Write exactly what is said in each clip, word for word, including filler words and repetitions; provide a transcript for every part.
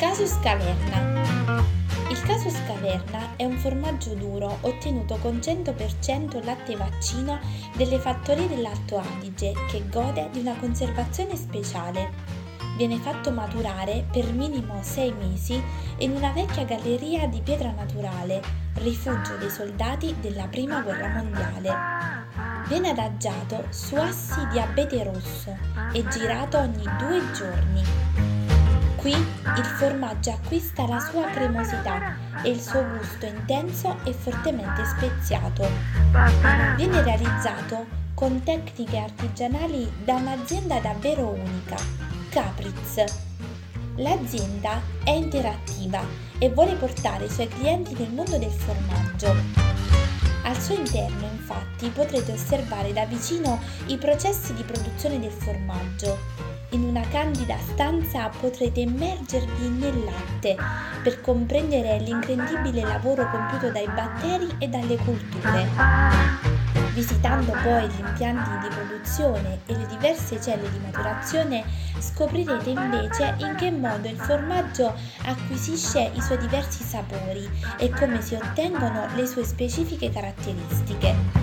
Casus Caverna. Il Casus Caverna è un formaggio duro ottenuto con cento per cento latte vaccino delle fattorie dell'Alto Adige che gode di una conservazione speciale. Viene fatto maturare per minimo sei mesi in una vecchia galleria di pietra naturale, rifugio dei soldati della Prima Guerra Mondiale. Viene adagiato su assi di abete rosso e girato ogni due giorni. Qui il formaggio acquista la sua cremosità e il suo gusto intenso e fortemente speziato. Viene realizzato con tecniche artigianali da un'azienda davvero unica, Caprits. L'azienda è interattiva e vuole portare i suoi clienti nel mondo del formaggio. Al suo interno, infatti, potrete osservare da vicino i processi di produzione del formaggio. In una candida stanza potrete immergervi nel latte per comprendere l'incredibile lavoro compiuto dai batteri e dalle culture. Visitando poi gli impianti di produzione e le diverse celle di maturazione, scoprirete invece in che modo il formaggio acquisisce i suoi diversi sapori e come si ottengono le sue specifiche caratteristiche.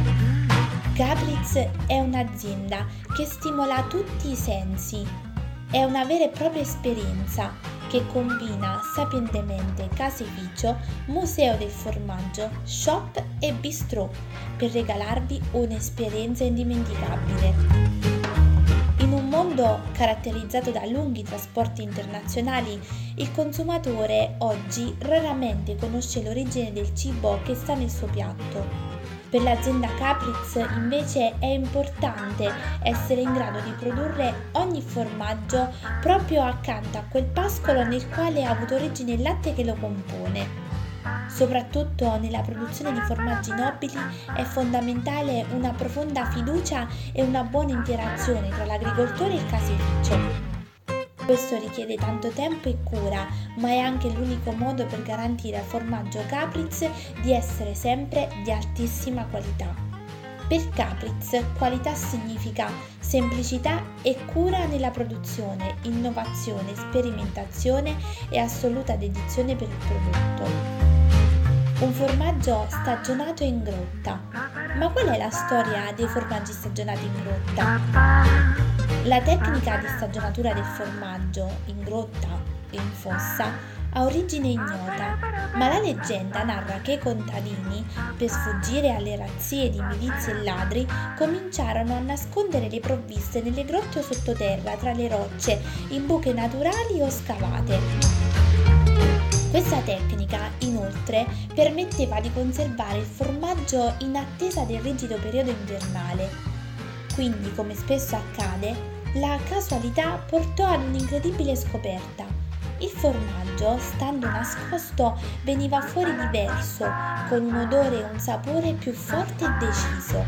Caprits è un'azienda che stimola tutti i sensi. È una vera e propria esperienza che combina sapientemente caseificio, museo del formaggio, shop e bistrò per regalarvi un'esperienza indimenticabile. In un mondo caratterizzato da lunghi trasporti internazionali, il consumatore oggi raramente conosce l'origine del cibo che sta nel suo piatto. Per l'azienda Caprits invece è importante essere in grado di produrre ogni formaggio proprio accanto a quel pascolo nel quale ha avuto origine il latte che lo compone. Soprattutto nella produzione di formaggi nobili è fondamentale una profonda fiducia e una buona interazione tra l'agricoltore e il caseificio. Questo richiede tanto tempo e cura, ma è anche l'unico modo per garantire al formaggio Caprits di essere sempre di altissima qualità. Per Caprits, qualità significa semplicità e cura nella produzione, innovazione, sperimentazione e assoluta dedizione per il prodotto. Un formaggio stagionato in grotta. Ma qual è la storia dei formaggi stagionati in grotta? La tecnica di stagionatura del formaggio in grotta e in fossa ha origine ignota, ma la leggenda narra che i contadini, per sfuggire alle razzie di milizie e ladri, cominciarono a nascondere le provviste nelle grotte o sottoterra tra le rocce, in buche naturali o scavate. Questa tecnica, inoltre, permetteva di conservare il formaggio in attesa del rigido periodo invernale. Quindi, come spesso accade, la casualità portò ad un'incredibile scoperta. Il formaggio, stando nascosto, veniva fuori diverso, con un odore e un sapore più forte e deciso.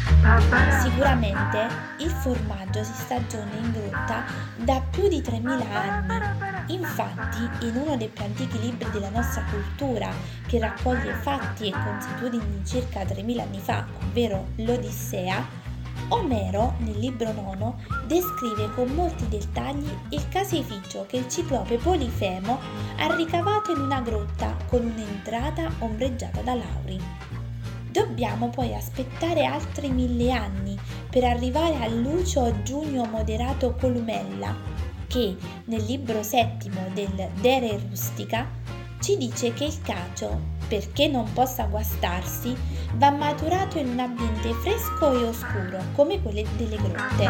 Sicuramente il formaggio si stagiona in grotta da più di tremila anni. Infatti, in uno dei più antichi libri della nostra cultura, che raccoglie fatti e consuetudini di circa tremila anni fa, ovvero l'Odissea, Omero, nel libro nono, descrive con molti dettagli il caseificio che il ciclope Polifemo ha ricavato in una grotta con un'entrata ombreggiata da lauri. Dobbiamo poi aspettare altri mille anni per arrivare al lucio giugno moderato Columella, che nel libro settimo del De Re Rustica ci dice che il cacio, perché non possa guastarsi, va maturato in un ambiente fresco e oscuro come quello delle grotte.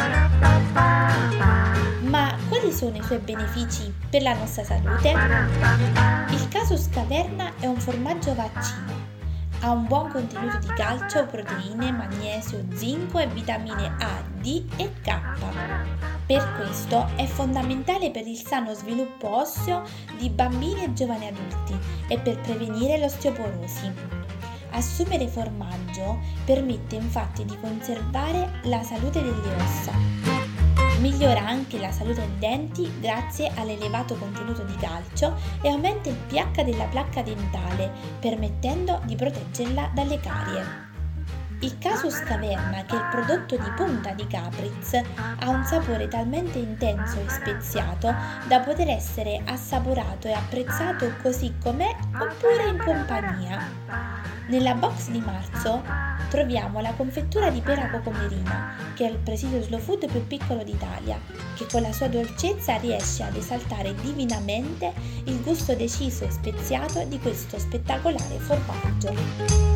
Ma quali sono i suoi benefici per la nostra salute? Il Casus Caverna è un formaggio vaccino. Ha un buon contenuto di calcio, proteine, magnesio, zinco e vitamine A, D e K. Per questo è fondamentale per il sano sviluppo osseo di bambini e giovani adulti e per prevenire l'osteoporosi. Assumere formaggio permette infatti di conservare la salute delle ossa. Migliora anche la salute dei denti grazie all'elevato contenuto di calcio e aumenta il pH della placca dentale, permettendo di proteggerla dalle carie. Il Casus Caverna, che è il prodotto di punta di Capriz, ha un sapore talmente intenso e speziato da poter essere assaporato e apprezzato così com'è oppure in compagnia. Nella box di marzo troviamo la confettura di pera cocomerina, che è il presidio slow food più piccolo d'Italia, che con la sua dolcezza riesce ad esaltare divinamente il gusto deciso e speziato di questo spettacolare formaggio.